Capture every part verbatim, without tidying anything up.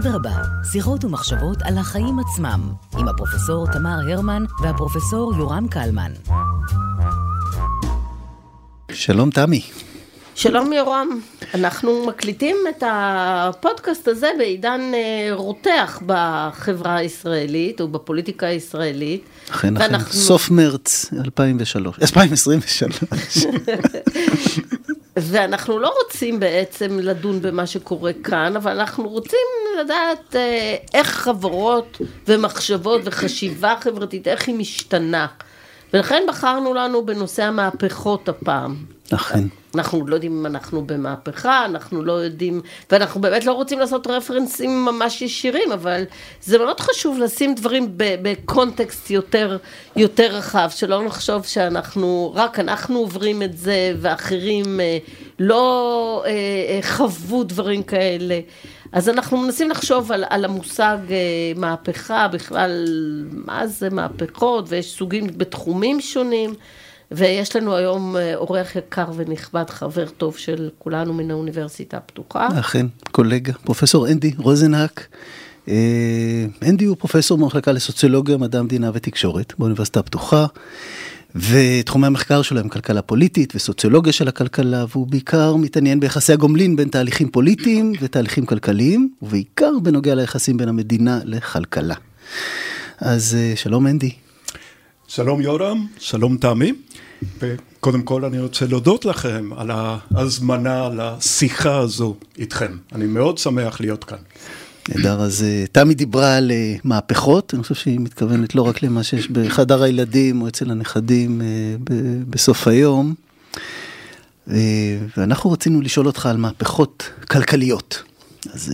אדרבה, שיחות ומחשבות על החיים עצמם, עם הפרופסור תמר הרמן והפרופסור יורם קלמן. שלום תמי. שלום יורם, אנחנו מקליטים את הפודקאסט הזה בעידן רותח בחברה הישראלית או בפוליטיקה הישראלית. אכן, אכן, סוף מרץ אלפיים עשרים ושלוש. ואנחנו לא רוצים בעצם לדון במה שקורה כאן, אבל אנחנו רוצים לדעת איך חברות ומחשבות וחשיבה חברתית, איך היא משתנה. ולכן בחרנו לנו בנושא המהפכות הפעם. אכן. אנחנו לא יודעים אם אנחנו במהפכה, אנחנו לא יודעים, ואנחנו באמת לא רוצים לעשות רפרנסים ממש ישירים, אבל זה מאוד חשוב לשים דברים בקונטקסט יותר, יותר רחב, שלא נחשוב שאנחנו, רק אנחנו עוברים את זה, ואחרים לא חוו דברים כאלה. אז אנחנו מנסים לחשוב על, על המושג מהפכה, בכלל מה זה מהפכות, ויש סוגים בתחומים שונים, ויש לנו היום אורח יקר ונכבד, חבר טוב של כולנו מן האוניברסיטה הפתוחה. אכן, קולגה, פרופסור אנדי רוזנהק. אנדי הוא פרופסור במחלקה לסוציולוגיה, מדע המדינה ותקשורת באוניברסיטה הפתוחה, ותחומי המחקר שלו הם כלכלה פוליטית וסוציולוגיה של הכלכלה, והוא בעיקר מתעניין ביחסי הגומלין בין תהליכים פוליטיים ותהליכים כלכליים, ובעיקר בנוגע ליחסים בין המדינה לכלכלה. אז שלום אנדי. שלום יורם, שלום תמי, וקודם כל אני רוצה להודות לכם על ההזמנה לשיחה הזו איתכם. אני מאוד שמח להיות כאן. נהדר, אז תמי דיברה על מהפכות, אני חושב שהיא מתכוונת לא רק למה שיש בחדר הילדים או אצל הנכדים בסוף היום, ואנחנו רצינו לשאול אותך על מהפכות כלכליות. אז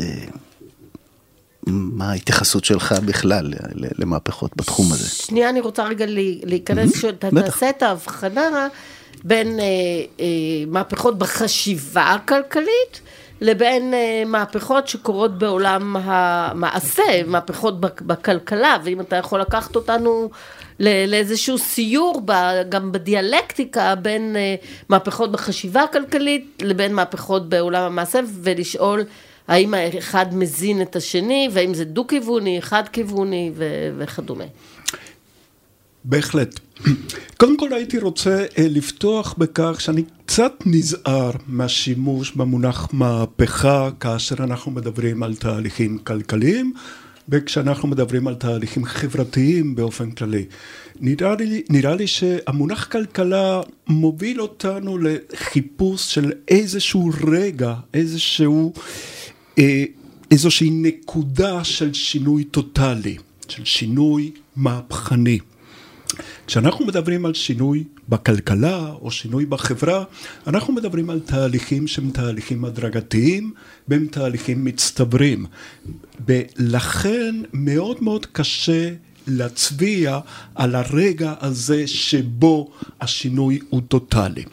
מה ההתייחסות שלך בכלל למהפכות בתחום הזה? שנייה, אני רוצה רגע להיכנס, שתעשה את ההבחנה בין מהפכות בחשיבה הכלכלית, לבין מהפכות שקורות בעולם המעשה, מהפכות בכלכלה, ואם אתה יכול לקחת אותנו לאיזשהו סיור, גם בדיאלקטיקה, בין מהפכות בחשיבה הכלכלית, לבין מהפכות בעולם המעשה, ולשאול האם האחד מזין את השני, והאם זה דו-כיווני, חד-כיווני וכדומה. בהחלט. קודם כל הייתי רוצה לפתוח בכך שאני קצת נזהר מהשימוש במונח מהפכה, כאשר אנחנו מדברים על תהליכים כלכליים, וכשאנחנו מדברים על תהליכים חברתיים באופן כללי. נראה לי, נראה לי שהמונח כלכלה מוביל אותנו לחיפוש של איזשהו רגע, איזשהו, איזושהי נקודה של שינוי טוטלי, של שינוי מהפכני. כשאנחנו מדברים על שינוי בכלכלה או שינוי בחברה, אנחנו מדברים על תהליכים שהם תהליכים הדרגתיים, והם תהליכים מצטברים. ולכן מאוד מאוד קשה להצביע על הרגע הזה שבו השינוי הוא טוטלי.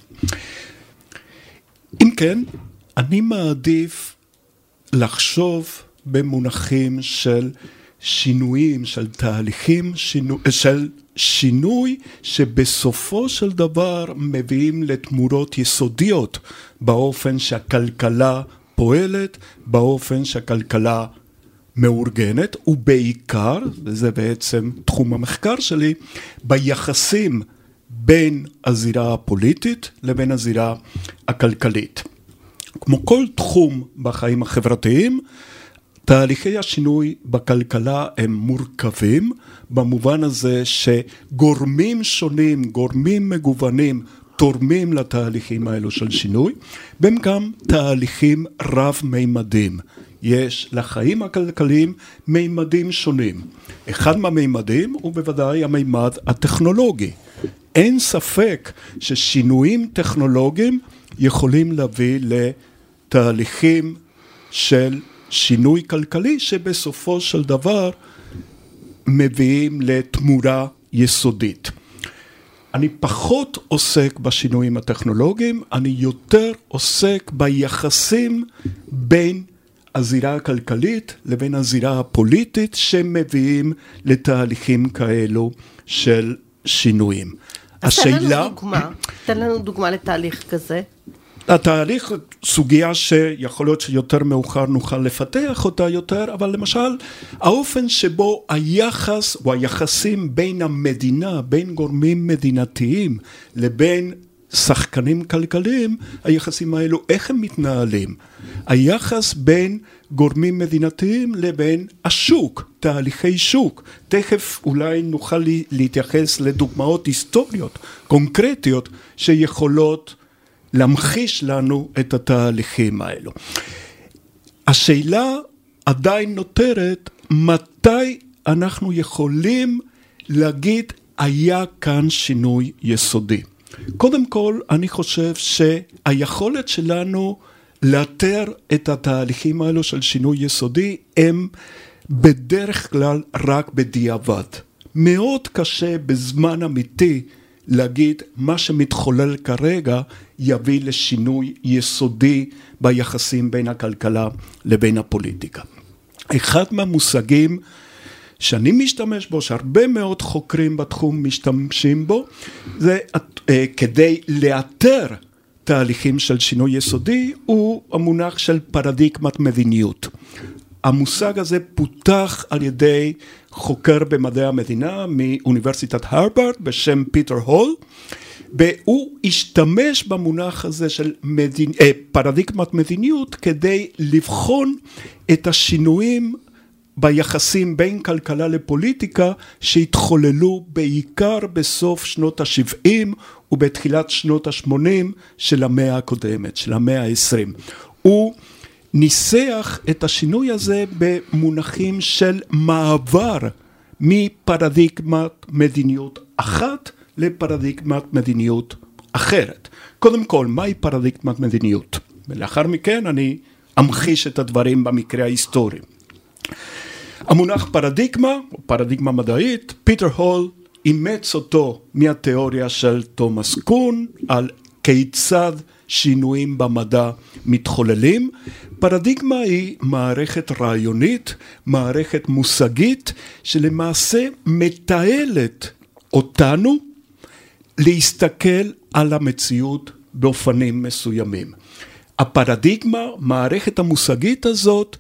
אם כן, אני מעדיף לחשוב במונחים של שינויים, של תהליכים, שינו, של שינוי שבסופו של דבר מביאים לתמורות יסודיות באופן שהכלכלה פועלת, באופן שהכלכלה מאורגנת, ובעיקר, וזה בעצם תחום המחקר שלי, ביחסים בין הזירה הפוליטית לבין הזירה הכלכלית. כמו כל תחום בחיים החברתיים, תהליכי השינוי בכלכלה הם מורכבים, במובן הזה שגורמים שונים, גורמים מגוונים, תורמים לתהליכים האלו של שינוי, והם גם תהליכים רב-מימדים. יש לחיים הכלכליים מימדים שונים. אחד מהמימדים הוא בוודאי המימד הטכנולוגי. אין ספק ששינויים טכנולוגיים יכולים להביא לתהליכים של שינוי כלכלי שבסופו של דבר מביאים לתמורה יסודית. אני פחות עוסק בשינויים הטכנולוגיים, אני יותר עוסק ביחסים בין הזירה הכלכלית לבין הזירה הפוליטית שמביאים לתהליכים כאלו של שינויים. אז השאלה... תן לנו דוגמה, תן לנו דוגמה לתהליך כזה. התהליך, סוגיה שיכול להיות שיותר מאוחר נוכל לפתח אותה יותר, אבל למשל, האופן שבו היחס או היחסים בין המדינה, בין גורמים מדינתיים לבין שחקנים כלכליים, היחסים האלו, איך הם מתנהלים? היחס בין גורמים מדינתיים לבין השוק, תהליכי שוק. תכף אולי נוכל להתייחס לדוגמאות היסטוריות, קונקרטיות, שיכולות להמחיש לנו את התהליכים האלו. השאלה עדיין נותרת, מתי אנחנו יכולים להגיד, היה כאן שינוי יסודי? קודם כל, אני חושב שהיכולת שלנו לאתר את התהליכים האלו של שינוי יסודי, הם בדרך כלל רק בדיעבד. מאוד קשה בזמן אמיתי להגיד מה שמתחולל כרגע יביא לשינוי יסודי ביחסים בין הכלכלה לבין הפוליטיקה. אחד מהמושגים שאני משתמש בו, שהרבה מאוד חוקרים בתחום משתמשים בו, זה כדי לאתר תהליכים של שינוי יסודי, הוא המונח של פרדיגמת מדיניות. המושג הזה פותח על ידי חוקר במדעי המדינה מאוניברסיטת הרווארד בשם פיטר הול, והוא השתמש במונח הזה של מדינ... פרדיגמת מדיניות כדי לבחון את השינויים ביחסים בין כלכלה לפוליטיקה שהתחוללו בעיקר בסוף שנות ה-שבעים ובתחילת שנות ה-שמונים של המאה הקודמת, של המאה ה-עשרים. הוא ניסח את השינוי הזה במונחים של מעבר מפרדיגמת מדיניות אחת לפרדיגמת מדיניות אחרת. קודם כל, מהי פרדיגמת מדיניות? ולאחר מכן אני אמחיש את הדברים במקרה ההיסטורי. המונח פרדיגמה, או פרדיגמה מדעית, פיטר הול אימץ אותו מהתיאוריה של תומאס קון על כיצד שינויים במדע מתחוללים. פרדיגמה היא מערכת רעיונית, מערכת מושגית, שלמעשה מתעלת אותנו להסתכל על המציאות באופנים מסוימים. הפרדיגמה, מערכת המושגית הזאת,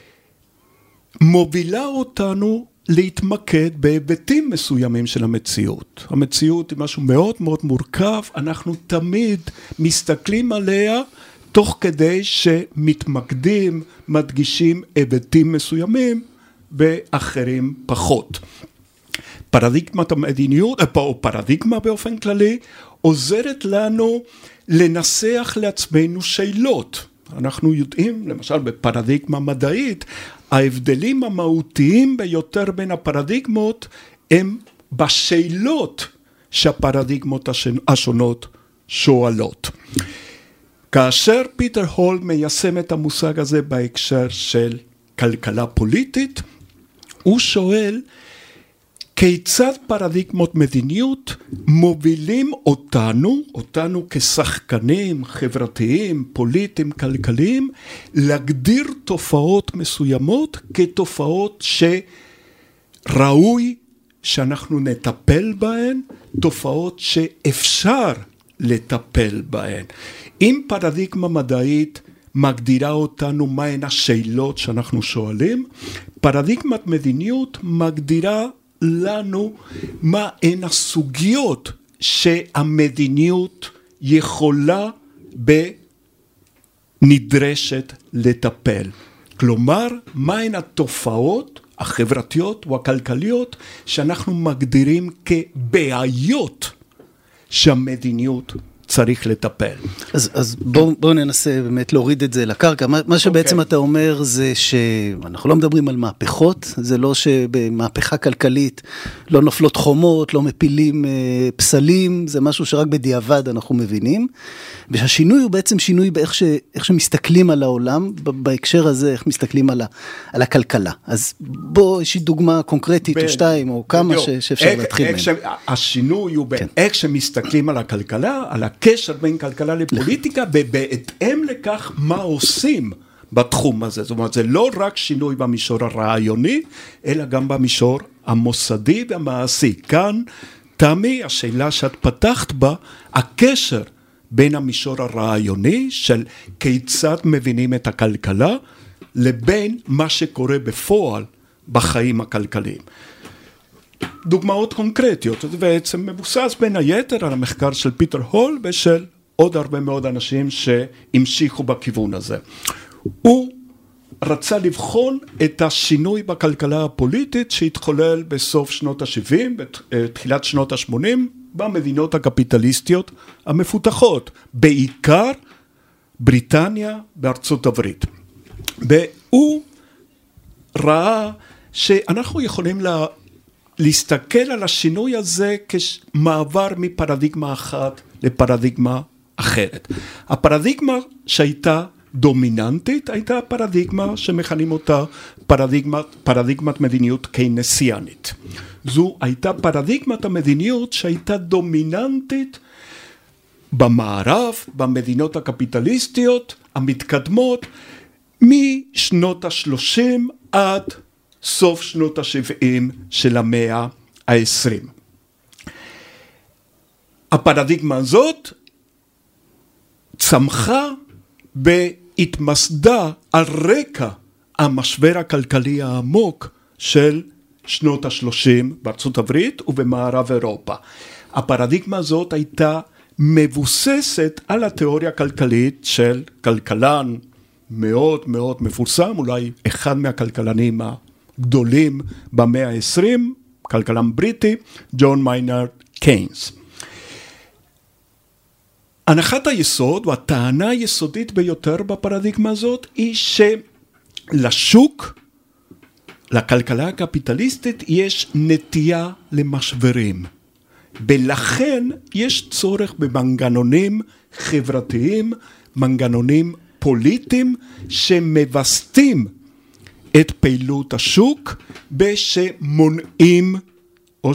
מובילה אותנו להתמקד בהיבטים מסוימים של המציאות. המציאות היא משהו מאוד מאוד מורכב, אנחנו תמיד מסתכלים עליה תוך כדי שמתמקדים, מדגישים היבטים מסוימים באחרים פחות. פרדיגמת המדיניות, או פרדיגמה באופן כללי, עוזרת לנו לנסח לעצמנו שאלות. אנחנו יודעים, למשל בפרדיגמה מדעית, ההבדלים המהותיים ביותר בין הפרדיגמות הם בשאלות שהפרדיגמות השונות שואלות. כאשר פיטר הול מיישם את המושג הזה בהקשר של כלכלה פוליטית, הוא שואל כיצד פרדיגמות מדיניות מובילים אותנו, אותנו כשחקנים חברתיים, פוליטיים, כלכליים, להגדיר תופעות מסוימות כתופעות שראוי שאנחנו נטפל בהן, תופעות שאפשר לטפל בהן. אם פרדיגמה מדעית מגדירה אותנו מהן השאלות שאנחנו שואלים, פרדיגמת מדיניות מגדירה לנו מה הן הסוגיות שהמדיניות יכולה בנדרשת לטפל. כלומר, מה הן התופעות החברתיות או הכלכליות שאנחנו מגדירים כבעיות שהמדיניות צריך לטפל. אז, אז בואו בוא ננסה באמת להוריד את זה לקרקע. מה, מה שבעצם okay. אתה אומר זה שאנחנו לא מדברים על מהפכות, זה לא שבמהפכה כלכלית לא נופלות חומות, לא מפילים אה, פסלים, זה משהו שרק בדיעבד אנחנו מבינים, והשינוי הוא בעצם שינוי באיך ש, איך שמסתכלים על העולם, בהקשר הזה איך מסתכלים על, ה, על הכלכלה. אז בואו יש דוגמה קונקרטית ב- או שתיים או כמה ש, שאפשר איך, להתחיל איך מהם. ש... השינוי הוא כן. באיך שמסתכלים על הכלכלה, על הקשר בין כלכלה לפוליטיקה, ובהתאם לכך מה עושים בתחום הזה. זאת אומרת, זה לא רק שינוי במישור הרעיוני, אלא גם במישור המוסדי והמעשי. כאן, תמי, השאלה שאת פתחת בה, הקשר בין המישור הרעיוני של כיצד מבינים את הכלכלה, לבין מה שקורה בפועל בחיים הכלכליים. דוגמאות קונקרטיות, זה בעצם מבוסס בין היתר על המחקר של פיטר הול ושל עוד הרבה מאוד אנשים שהמשיכו בכיוון הזה. הוא רצה לבחון את השינוי בכלכלה הפוליטית שהתחולל בסוף שנות ה-שבעים, בתחילת שנות ה-שמונים, במדינות הקפיטליסטיות המפותחות, בעיקר בריטניה בארצות הברית. והוא ראה שאנחנו יכולים לה, להסתכל על השינוי הזה כמעבר מפרדיגמה אחת לפרדיגמה אחרת. הפרדיגמה שהייתה דומיננטית הייתה הפרדיגמה שמכנים אותה פרדיגמת, פרדיגמת מדיניות קיינסיאנית. זו הייתה פרדיגמת המדיניות שהייתה דומיננטית במערב, במדינות הקפיטליסטיות המתקדמות, משנות ה-שלושים עד סוף שנות ה-שבעים של המאה ה-עשרים. הפרדיגמה הזאת צמחה והתמסדה על רקע המשבר הכלכלי העמוק של שנות ה-שלושים בארצות הברית ובמערב אירופה. הפרדיגמה הזאת הייתה מבוססת על התיאוריה הכלכלית של כלכלן מאוד מאוד מפורסם, אולי אחד מהכלכלנים הגדולים במאה ה-עשרים, כלכלן בריטי, ג'ון מיינרד קיינס. הנחת היסוד, או הטענה היסודית ביותר בפרדיגמה הזאת, היא שלשוק, לכלכלה הקפיטליסטית, יש נטייה למשברים. ולכן יש צורך במנגנונים חברתיים, מנגנונים פוליטיים, שמבסטים את פעילות השוק, ושמונעים או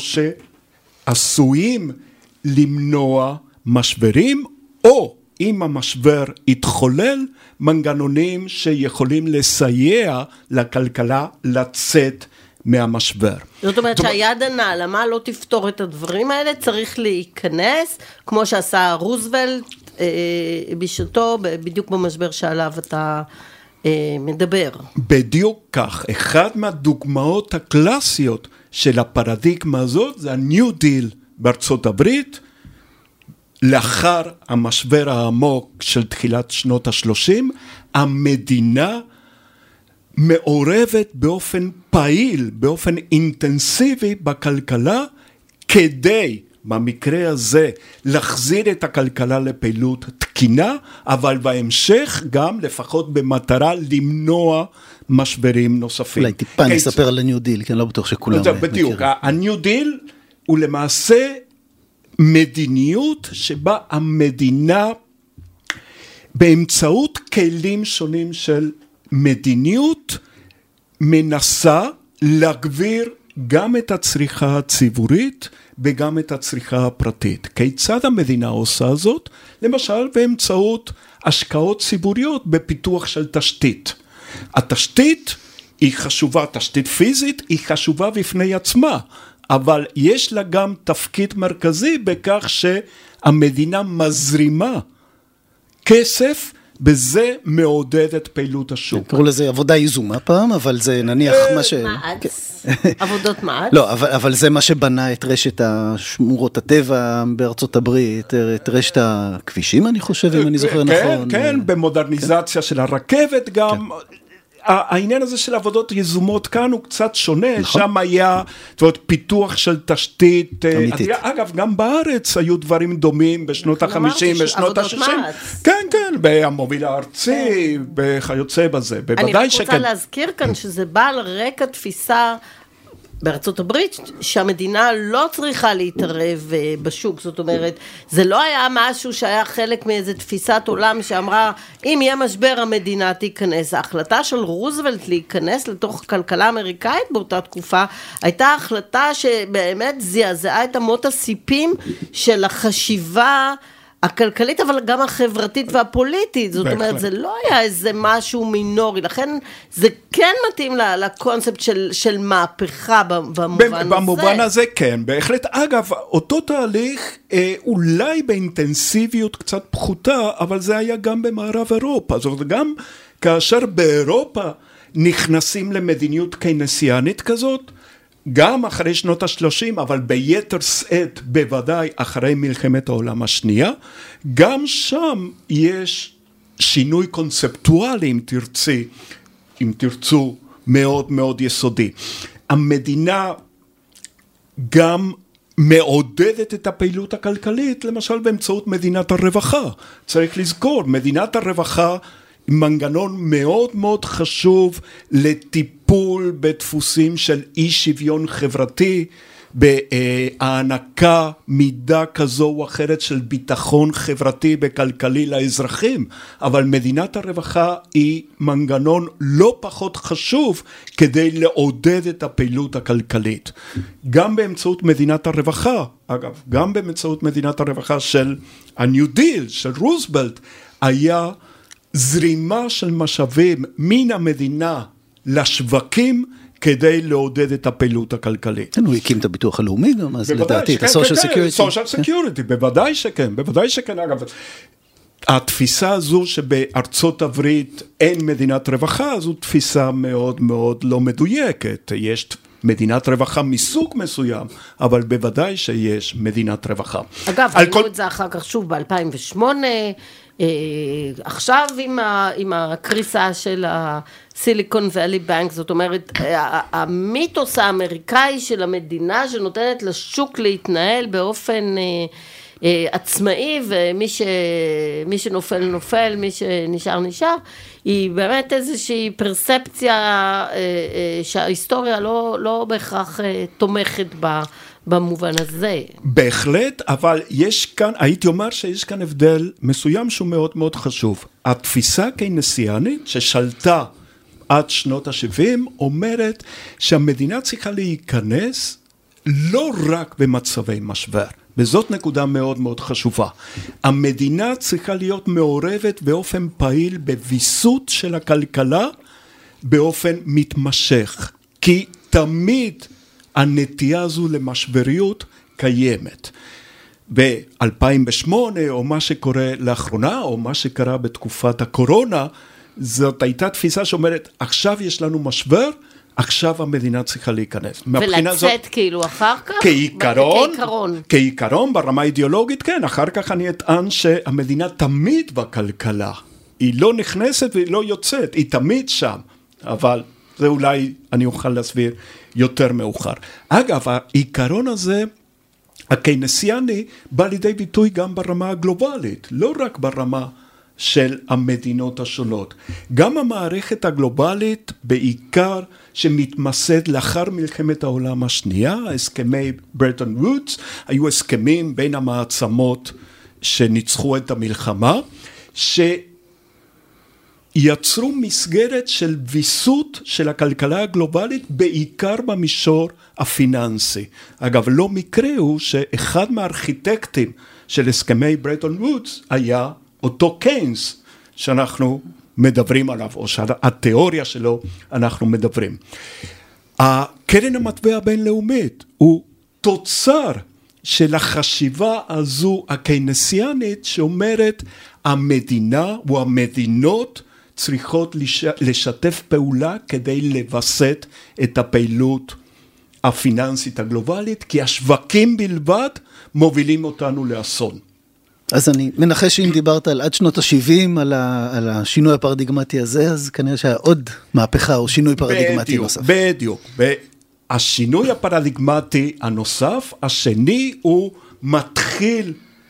שעשויים למנוע משברים, או אם המשבר יתחולל, מנגנונים שיכולים לסייע לכלכלה לצאת מהמשבר. זאת אומרת שהיד הנעלמה לא תפתור את הדברים האלה, צריך להיכנס, כמו שעשה רוזוולט אה, בשעתו, בדיוק במשבר שעליו אתה אה, מדבר. בדיוק כך. אחד מהדוגמאות הקלאסיות של הפרדיגמה הזאת, זה ה-New Deal בארצות הברית, לאחר המשבר העמוק של תחילת שנות ה-שלושים, המדינה מעורבת באופן פעיל, באופן אינטנסיבי בכלכלה, כדי, במקרה הזה, להחזיר את הכלכלה לפעילות תקינה, אבל בהמשך גם לפחות במטרה למנוע משברים נוספים. אולי טיפה נספר על ה-New Deal, כי אני לא בטוח שכולם מכירים. בדיוק, ה-New Deal הוא למעשה מדיניות שבה המדינה באמצעות כלים שונים של מדיניות מנסה להגביר גם את הצריכה הציבורית וגם את הצריכה הפרטית. כיצד המדינה עושה זאת? למשל באמצעות השקעות ציבוריות בפיתוח של תשתית. התשתית היא חשובה, תשתית פיזית היא חשובה בפני עצמה, אבל יש לה גם תפקיד מרכזי בכך שהמדינה מזרימה כסף, בזה מעודד את פעילות השוק. קראו לזה עבודה איזומה פעם, אבל זה נניח מה ש... מעץ, עבודות מעץ. לא, אבל זה מה שבנה את רשת השמורות הטבע בארצות הברית, את רשת הכבישים, אני חושב, אם אני זוכר נכון. כן, כן, במודרניזציה של הרכבת גם... העניין הזה של עבודות יזומות כאן הוא קצת שונה, נכון. שם היה פיתוח של תשתית, אמיתית. אגב גם בארץ היו דברים דומים בשנות ה-חמישים, בשנות ה-שישים, כן כן, במוביל הארצי, בכיוצא בזה, אני רק רוצה שכן. להזכיר כאן שזה בא על רקע תפיסה בארצות הברית, שהמדינה לא צריכה להתערב בשוק, זאת אומרת, זה לא היה משהו שהיה חלק מאיזו תפיסת עולם שאמרה, אם יהיה משבר המדינה תיכנס. ההחלטה של רוזוולט להיכנס לתוך כלכלה אמריקאית באותה תקופה, הייתה החלטה שבאמת זעזעה את אמות הסיפים של החשיבה הכלכלית, אבל גם החברתית והפוליטית, זאת אומרת, זה לא היה איזה משהו מינורי, לכן זה כן מתאים לקונספט של, של מהפכה במובן הזה. במובן הזה כן, בהחלט. אגב, אותו תהליך, אולי באינטנסיביות קצת פחותה, אבל זה היה גם במערב אירופה, זאת אומרת, גם כאשר באירופה נכנסים למדיניות קיינסיאנית כזאת, גם אחרי שנות ה-שלושים, אבל ביתר שאת, בוודאי אחרי מלחמת העולם השנייה, גם שם יש שינוי קונספטואלי, אם תרצי, אם תרצו, מאוד מאוד יסודי. המדינה גם מעודדת את הפעילות הכלכלית, למשל באמצעות מדינת הרווחה. צריך לזכור, מדינת הרווחה מנגנון מאוד מאוד חשוב לטיפול בדפוסים של אי שוויון חברתי, בהענקה מידה כזו או אחרת של ביטחון חברתי וכלכלי לאזרחים, אבל מדינת הרווחה היא מנגנון לא פחות חשוב כדי לעודד את הפעילות הכלכלית. גם באמצעות מדינת הרווחה, אגב, גם באמצעות מדינת הרווחה של ה-New Deal, של רוזוולט, היה זרימה של משאבים מן המדינה לשווקים כדי לעודד את הפעילות הכלכלית. הוא הקים את הביטוח הלאומי גם, אז לדעתי, את ה-Social Security. Social Security, בוודאי שכן, בוודאי שכן, אגב. התפיסה הזו שבארצות הברית אין מדינת רווחה, זו תפיסה מאוד מאוד לא מדויקת. יש מדינת רווחה מסוג מסוים, אבל בוודאי שיש מדינת רווחה. אגב, ראינו את זה אחר כך שוב ב-אלפיים ושמונה, עכשיו עם, ה, עם הקריסה של הסיליקון ואלי בנק, זאת אומרת, המיתוס האמריקאי של המדינה שנותנת לשוק להתנהל באופן עצמאי, ומי ש, מי שנופל נופל, מי שנשאר נשאר, היא באמת איזושהי פרספציה שההיסטוריה לא, לא בהכרח תומכת בה, במובן הזה. בהחלט, אבל יש כאן, הייתי אומר שיש כאן הבדל מסוים שהוא מאוד מאוד חשוב. התפיסה קיינסיאנית ששלטה עד שנות ה-שבעים אומרת שהמדינה צריכה להיכנס לא רק במצבי משבר, וזאת נקודה מאוד מאוד חשובה. המדינה צריכה להיות מעורבת באופן פעיל בוויסות של הכלכלה באופן מתמשך, כי תמיד הנטייה הזו למשבריות קיימת. ב-אלפיים ושמונה, או מה שקורה לאחרונה, או מה שקרה בתקופת הקורונה, זאת הייתה תפיסה שאומרת, עכשיו יש לנו משבר, עכשיו המדינה צריכה להיכנס. ולצאת זאת, כאילו אחר כך? כעיקרון, כעיקרון. כעיקרון, ברמה האידיאולוגית, כן. אחר כך אני אטען שהמדינה תמיד בכלכלה. היא לא נכנסת והיא לא יוצאת, היא תמיד שם. אבל זה אולי אני אוכל להסביר יותר מאוחר. אגב, העיקרון הזה, הקיינסיאני, בא לידי ביטוי גם ברמה הגלובלית, לא רק ברמה של המדינות השונות. גם המערכת הגלובלית, בעיקר שמתמסד לאחר מלחמת העולם השנייה, הסכמי ברטון וודס, היו הסכמים בין המעצמות שניצחו את המלחמה, ש... יצרו מסגרת של ויסות של הכלכלה הגלובלית, בעיקר במישור הפיננסי. אגב, לא מקרה הוא שאחד מהארכיטקטים של הסכמי ברטון וודס היה אותו קיינס שאנחנו מדברים עליו, או שהתיאוריה שלו אנחנו מדברים. הקרן המטבע הבינלאומית הוא תוצר של החשיבה הזו הקיינסיאנית שאומרת המדינה או המדינות צריכות לשתף פעולה כדי לבסט את הפעילות הפיננסית הגלובלית, כי השווקים בלבד מובילים אותנו לאסון. אז אני מנחש שאם דיברת על עד שנות ה-שבעים, על, על השינוי הפרדיגמטי הזה, אז כנראה שהיה עוד מהפכה או שינוי פרדיגמטי בדיוק, נוסף. בדיוק, השינוי הפרדיגמטי הנוסף, השני הוא מתחיל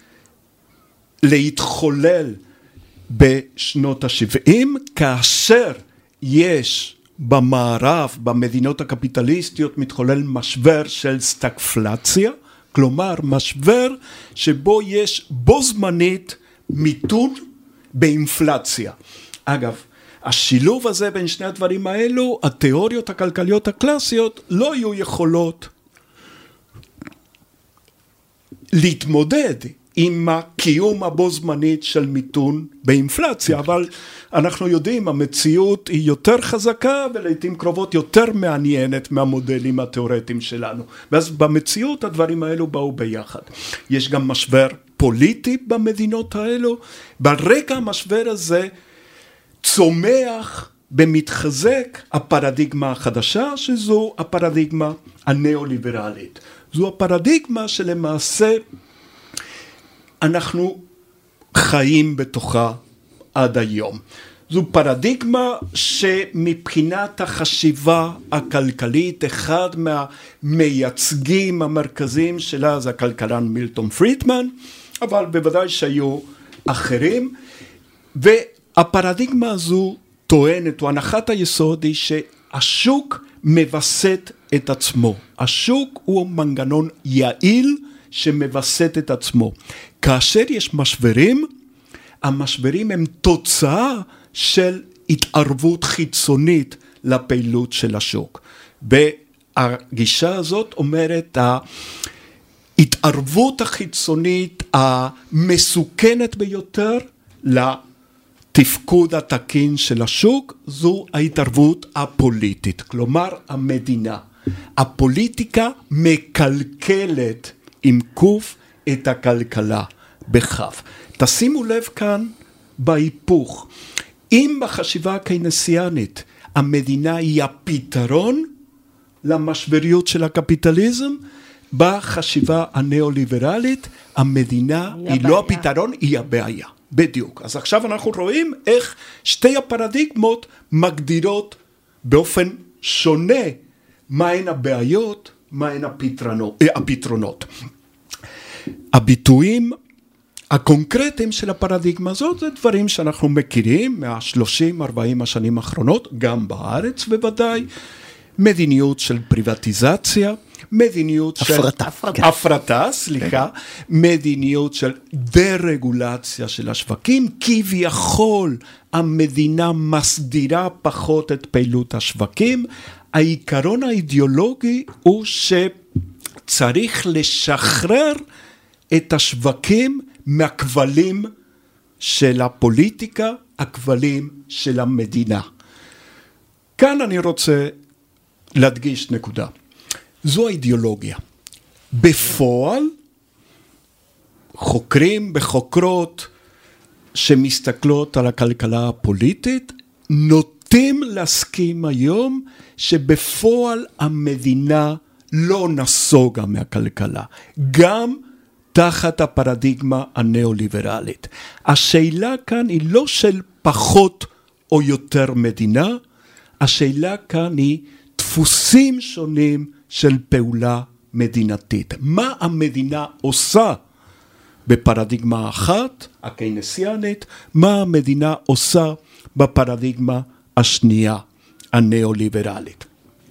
להתחולל בשנות ה-שבעים, כאשר יש במערב, במדינות הקפיטליסטיות, מתחולל משבר של סטגפלציה, כלומר משבר שבו יש בו זמנית מיתון באינפלציה. אגב, השילוב הזה בין שני הדברים האלו, התיאוריות הכלכליות הקלאסיות לא היו יכולות להתמודד עם הקיום הבו זמנית של מיתון באינפלציה, אבל אנחנו יודעים, המציאות היא יותר חזקה ולעיתים קרובות יותר מעניינת מהמודלים התיאורטיים שלנו. ואז במציאות הדברים האלו באו ביחד. יש גם משבר פוליטי במדינות האלו, ברקע המשבר הזה צומח במתחזק הפרדיגמה החדשה, שזו הפרדיגמה הנאו-ליברלית. זו הפרדיגמה שלמעשה אנחנו חיים בתוכה עד היום. זו פרדיגמה שמבחינת החשיבה הכלכלית, אחד מהמייצגים המרכזיים שלה זה הכלכלן מילטון פרידמן, אבל בוודאי שהיו אחרים, והפרדיגמה הזו טוענת, או הנחת היסוד היא שהשוק מבסט את עצמו. השוק הוא מנגנון יעיל שמבסט את עצמו. כאשר יש משברים, המשברים הם תוצאה של התערבות חיצונית לפעילות של השוק. והגישה הזאת אומרת, ההתערבות החיצונית המסוכנת ביותר לתפקוד התקין של השוק, זו ההתערבות הפוליטית, כלומר המדינה. הפוליטיקה מקלקלת עם קוף את הכלכלה בכף. תשימו לב כאן בהיפוך. אם בחשיבה הקיינסיאנית המדינה היא הפתרון למשבריות של הקפיטליזם, בחשיבה הנאו-ליברלית המדינה היא, היא לא הפתרון, היא הבעיה. בדיוק. אז עכשיו אנחנו רואים איך שתי הפרדיגמות מגדירות באופן שונה מהן הבעיות, מהן הפתרונות. הפתרונות. הביטויים הקונקרטיים של הפרדיגמה הזאת זה דברים שאנחנו מכירים מה-שלושים ארבעים השנים האחרונות, גם בארץ בוודאי, מדיניות של פריבטיזציה, מדיניות של הפרטה, הפרטה, סליחה, מדיניות של דה-רגולציה של השווקים, כביכול המדינה מסדירה פחות את פעילות השווקים. העיקרון האידיאולוגי הוא שצריך לשחרר את השווקים מהכבלים של הפוליטיקה, הכבלים של המדינה. כאן אני רוצה להדגיש נקודה. זו האידיאולוגיה. בפועל, חוקרים וחוקרות שמסתכלות על הכלכלה הפוליטית, נוטים להסכים היום שבפועל המדינה לא נסוגה מהכלכלה. גם תחת הפרדיגמה הנאו-ליברלית. השאלה כאן היא לא של פחות או יותר מדינה, השאלה כאן היא דפוסים שונים של פעולה מדינתית. מה המדינה עושה בפרדיגמה אחת, הקיינסיאנית, מה המדינה עושה בפרדיגמה השנייה, הנאו-ליברלית.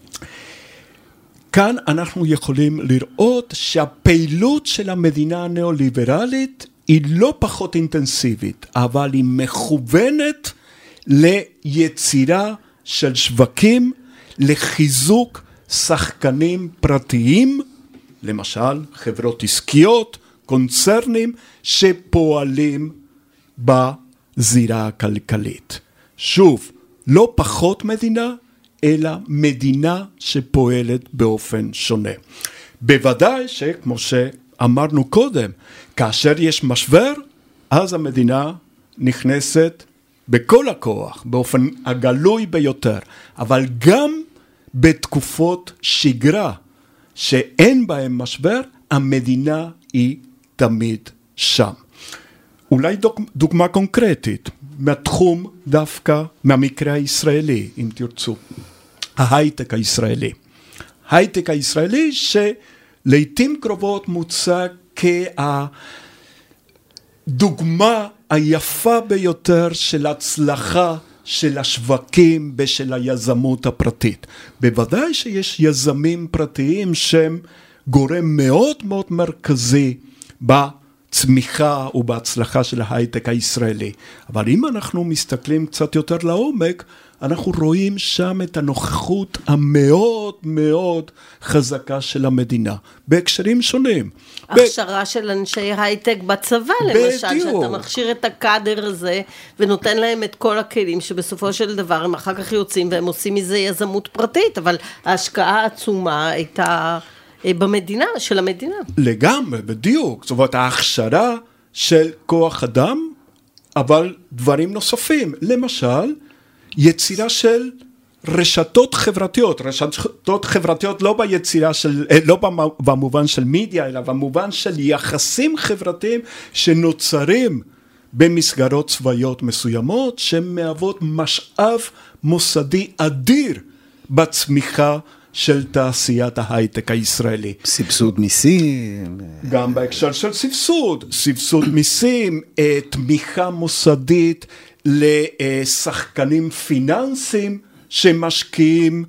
כאן אנחנו יכולים לראות שהפעילות של המדינה הנאו-ליברלית היא לא פחות אינטנסיבית, אבל היא מכוונת ליצירה של שווקים, לחיזוק שחקנים פרטיים, למשל חברות עסקיות, קונצרנים, שפועלים בזירה הכלכלית. שוב, לא פחות מדינה, אלא מדינה שפועלת באופן שונה. בוודאי שכמו שאמרנו קודם, כאשר יש משבר, אז המדינה נכנסת בכל הכוח, באופן הגלוי ביותר, אבל גם בתקופות שגרה שאין בהן משבר, המדינה היא תמיד שם. אולי דוגמה קונקרטית, מהתחום דווקא מהמקרה הישראלי, אם תרצו. ההייטק הישראלי. ההייטק הישראלי שלעיתים קרובות מוצג כהדוגמה היפה ביותר של הצלחה של השווקים ושל היזמות הפרטית. בוודאי שיש יזמים פרטיים שהם גורם מאוד מאוד מרכזי בצמיחה ובהצלחה של ההייטק הישראלי. אבל אם אנחנו מסתכלים קצת יותר לעומק, אנחנו רואים שם את הנוכחות המאוד מאוד חזקה של המדינה, בהקשרים שונים. הכשרה ב... של אנשי הייטק בצבא, למשל, בדיוק. שאתה מכשיר את הקאדר הזה, ונותן להם את כל הכלים, שבסופו של דבר הם אחר כך יוצאים, והם עושים מזה יזמות פרטית, אבל ההשקעה העצומה הייתה במדינה, של המדינה. לגמרי, בדיוק. זאת אומרת, ההכשרה של כוח אדם, אבל דברים נוספים. למשל, יצירה של רשתות חברתיות, רשתות חברתיות לא ביצירה של, לא במובן של מדיה, אלא במובן של יחסים חברתיים שנוצרים במסגרות צבאיות מסוימות, שמהוות משאב מוסדי אדיר בצמיחה של תעשיית ההייטק הישראלי. סבסוד מיסים. גם בהקשר של סבסוד, סבסוד מיסים, תמיכה מוסדית לשחקנים פיננסיים שמשקיעים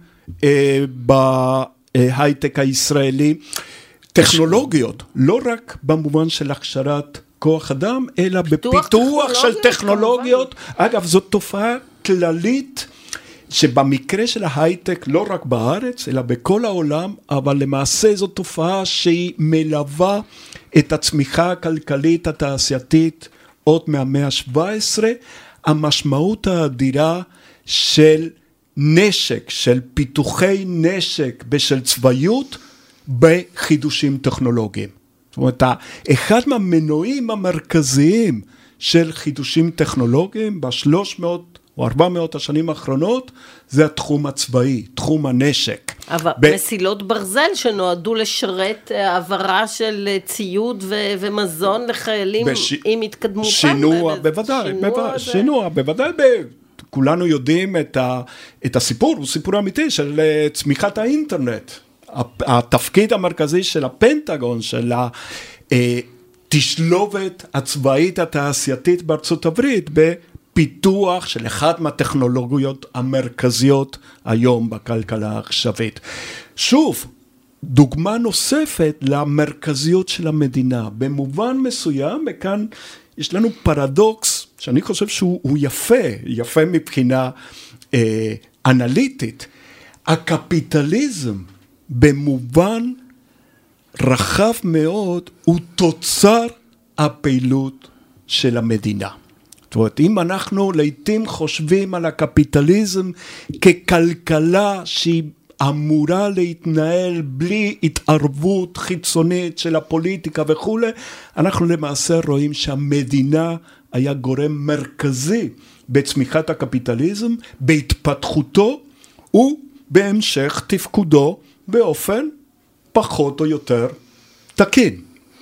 בהייטק הישראלי. טכנולוגיות, לא רק במובן של הכשרת כוח אדם, אלא בפיתוח של טכנולוגיות. אגב, זאת תופעה כללית, שבמקרה של ההייטק, לא רק בארץ, אלא בכל העולם, אבל למעשה זו תופעה שהיא מלווה את הצמיחה הכלכלית התעשייתית עוד מהמאה ה-שבע עשרה, המשמעות האדירה של נשק, של פיתוחי נשק בשל צבאיות, בחידושים טכנולוגיים. זאת אומרת, אחד מהמנועים המרכזיים של חידושים טכנולוגיים בשלוש מאות או ארבע מאות השנים האחרונות, זה התחום הצבאי, תחום הנשק. אבל ב... מסילות ברזל שנועדו לשרת העברה של ציוד ו... ומזון לחיילים בש... עם התקדמותם. שינוע, בוודאי, שינוע, בוודאי, זה... שינוע, בוודאי, ב... כולנו יודעים את, ה... את הסיפור, הוא סיפור אמיתי של צמיחת האינטרנט. התפקיד המרכזי של הפנטגון, של התשלובת הצבאית התעשייתית בארצות הברית, בפיתוח של אחת מהטכנולוגיות המרכזיות היום בכלכלה העכשווית. שוב, דוגמה נוספת למרכזיות של המדינה. במובן מסוים, וכאן יש לנו פרדוקס, שאני חושב שהוא יפה, יפה מבחינה אה, אנליטית. הקפיטליזם, במובן רחב מאוד, הוא תוצר הפעילות של המדינה. זאת אומרת, אם אנחנו לעתים חושבים על הקפיטליזם ככלכלה שהיא אמורה להתנהל בלי התערבות חיצונית של הפוליטיקה וכו', אנחנו למעשה רואים שהמדינה היה גורם מרכזי בצמיחת הקפיטליזם, בהתפתחותו ובהמשך תפקודו באופן פחות או יותר תקין.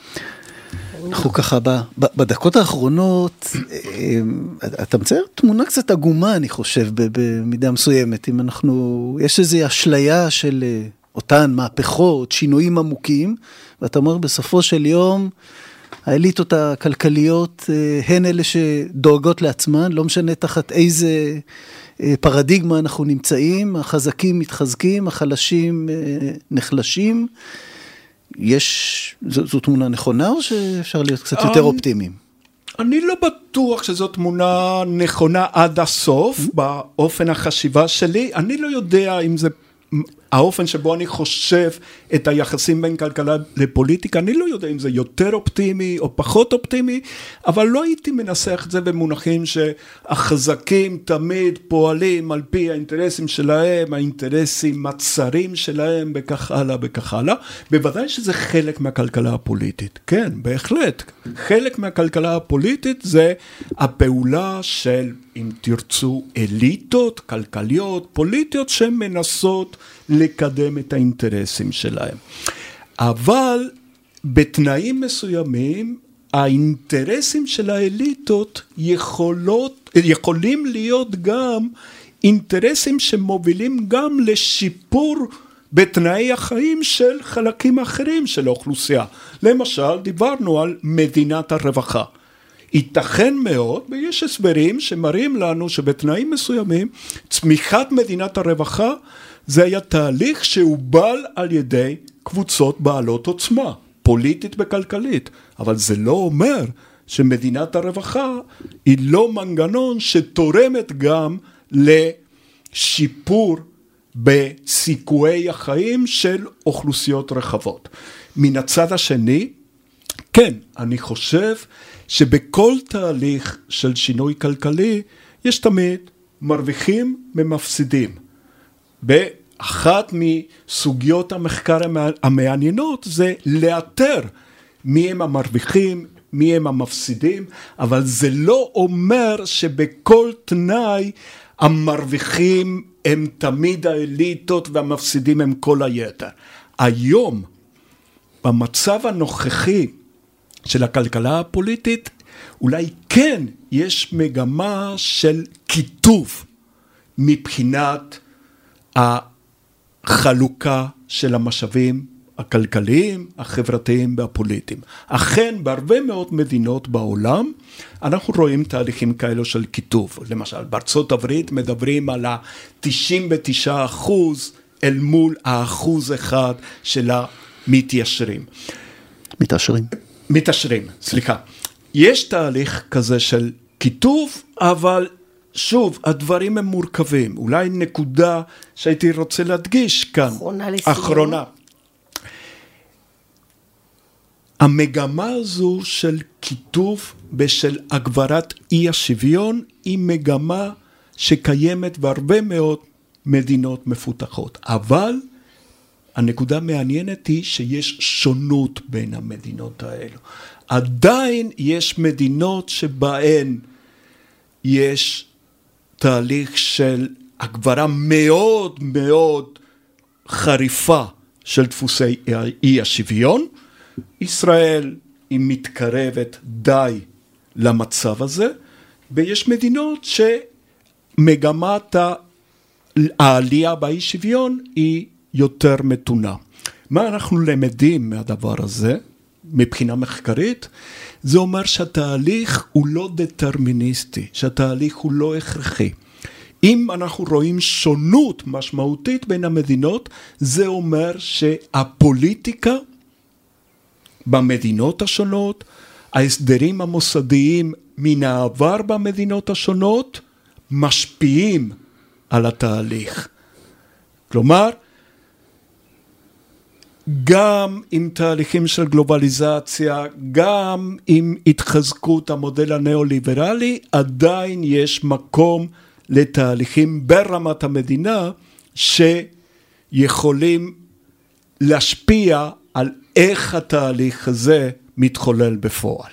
אנחנו ככה, בדקות האחרונות, אתה מצייר תמונה קצת עגומה, אני חושב, במידה מסוימת. אם אנחנו, יש איזו אשליה של אותן מהפכות, שינויים עמוקים, ואתה אומר, בסופו של יום, האליטות הכלכליות הן אלה שדואגות לעצמן, לא משנה תחת איזה פרדיגמה אנחנו נמצאים, החזקים מתחזקים, החלשים נחלשים. יש, זו, זו תמונה נכונה או שאפשר להיות קצת יותר אופטימיים? אני לא בטוח שזו תמונה נכונה עד הסוף, באופן החשיבה שלי. אני לא יודע אם זה האופן שבו אני חושב את היחסים בין כלכלה לפוליטיקה, אני לא יודע אם זה יותר אופטימי או פחות אופטימי, אבל לא הייתי מנסח את זה במונחים שהחזקים תמיד פועלים על פי האינטרסים שלהם, האינטרסים הצרים שלהם, בכך הלאה, בכך הלאה. בוודאי שזה חלק מהכלכלה הפוליטית. כן, בהחלט. חלק מהכלכלה הפוליטית זה הפעולה של, אם תרצו, אליטות, כלכליות, פוליטיות, שמנסות לקדם את האינטרסים שלהם. אבל בתנאים מסוימים, האינטרסים של האליטות יכולות, יכולים להיות גם אינטרסים שמובילים גם לשיפור בתנאי החיים של חלקים אחרים של האוכלוסייה. למשל, דיברנו על מדינת הרווחה. ייתכן מאוד, ויש הסברים שמראים לנו שבתנאים מסוימים, צמיחת מדינת הרווחה, זה היה תהליך שהובל על ידי קבוצות בעלות עוצמה. פוליטית וכלכלית, אבל זה לא אומר שמדינת הרווחה היא לא מנגנון שתורמת גם לשיפור בסיכויי החיים של אוכלוסיות רחבות. מן הצד השני, כן, אני חושב שבכל תהליך של שינוי כלכלי יש תמיד מרוויחים ומפסידים. באחת מסוגיות המחקר המעניינות זה לאתר מי הם המרוויחים, מי הם המפסידים, אבל זה לא אומר שבכל תנאי המרוויחים הם תמיד האליטות והמפסידים הם כל היתר. היום, במצב הנוכחי של הכלכלה הפוליטית, אולי כן יש מגמה של כיתוב מבחינת החלוקה של המשאבים הכלכליים, החברתיים והפוליטיים. אכן, בהרבה מאוד מדינות בעולם, אנחנו רואים תהליכים כאלו של כיתוב. למשל, בארצות הברית מדברים על ה-תשעים ותשעה אחוז אל מול האחוז אחד של המתיישרים. מתעשרים. מתעשרים, סליחה. יש תהליך כזה של כיתוב, אבל שוב, הדברים הם מורכבים. אולי נקודה שהייתי רוצה להדגיש כאן. אחרונה לסיום. אחרונה. המגמה הזו של כיתוב ושל הגברת אי השוויון היא מגמה שקיימת בהרבה מאוד מדינות מפותחות. אבל הנקודה מעניינת היא שיש שונות בין המדינות האלו. עדיין יש מדינות שבהן יש תהליך של הגברה מאוד מאוד חריפה של דפוסי אי השוויון. ישראל היא מתקרבת די למצב הזה, ויש מדינות שמגמת העלייה באי שוויון היא יותר מתונה. מה אנחנו למדים מהדבר הזה, מבחינה מחקרית? זה אומר שהתהליך הוא לא דטרמיניסטי, שהתהליך הוא לא הכרחי. אם אנחנו רואים שונות משמעותית בין המדינות, זה אומר שהפוליטיקה במדינות השונות, ההסדרים המוסדיים מן העבר במדינות השונות, משפיעים על התהליך. כלומר, גם עם תהליכים של גלובליזציה, גם עם התחזקות המודל הנאו-ליברלי, עדיין יש מקום לתהליכים ברמת המדינה, שיכולים להשפיע על איך התהליך הזה מתחולל בפועל.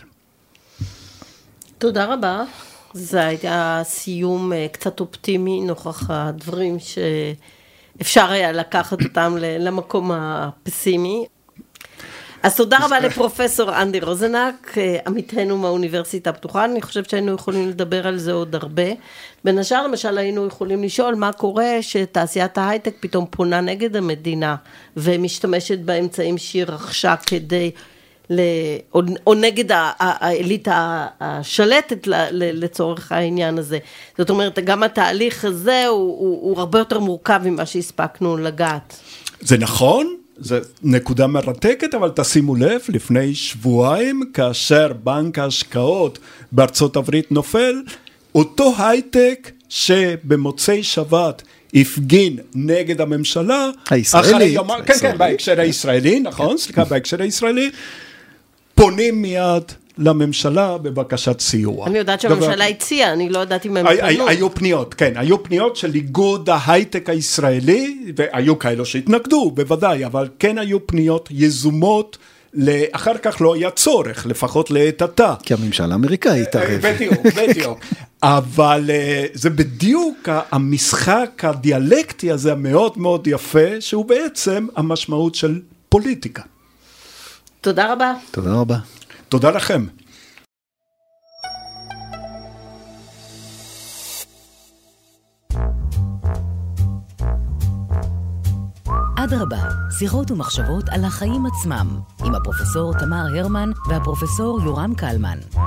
תודה רבה. זה היה סיום קצת אופטימי נוכח הדברים שאפשר היה לקחת אותם למקום הפסימי. אז תודה רבה לפרופסור אנדי רוזנק, עמיתנו מהאוניברסיטה הפתוחה. אני חושבת שהיינו יכולים לדבר על זה עוד הרבה. בין השאר, למשל, היינו יכולים לשאול מה קורה שתעשיית ההייטק פתאום פונה נגד המדינה, ומשתמשת באמצעים שהיא רכשה כדי, ל... או, או נגד האליטה השלטת לצורך העניין הזה. זאת אומרת, גם התהליך הזה הוא, הוא, הוא הרבה יותר מורכב ממה שהספקנו לגעת. זה נכון? זו נקודה מרתקת, אבל תשימו לב, לפני שבועיים, כאשר בנק ההשקעות בארצות הברית נופל, אותו הייטק שבמוצאי שבת הפגין נגד הממשלה, הישראלי, כן, כן, בהקשר הישראלי, נכון, סליחה, בהקשר הישראלי, פונים מיד לממשלה בבקשת סיוע. אני יודעת שהממשלה הציעה, אני לא יודעת אם הם פנו. היו פניות, כן, היו פניות של איגוד ההייטק הישראלי, והיו כאלו שהתנגדו, בוודאי, אבל כן היו פניות יזומות, אחר כך לא היה צורך, לפחות לעת עתה. כי הממשל האמריקאי התערב. בדיוק, בדיוק. אבל זה בדיוק המשחק הדיאלקטי הזה המאוד מאוד יפה, שהוא בעצם המשמעות של פוליטיקה. תודה רבה. תודה רבה. תודה לכם. אדרבה, שיחות ומחשבות על החיים עצמם, עם הפרופסור תמר הרמן והפרופסור יורם קלמן.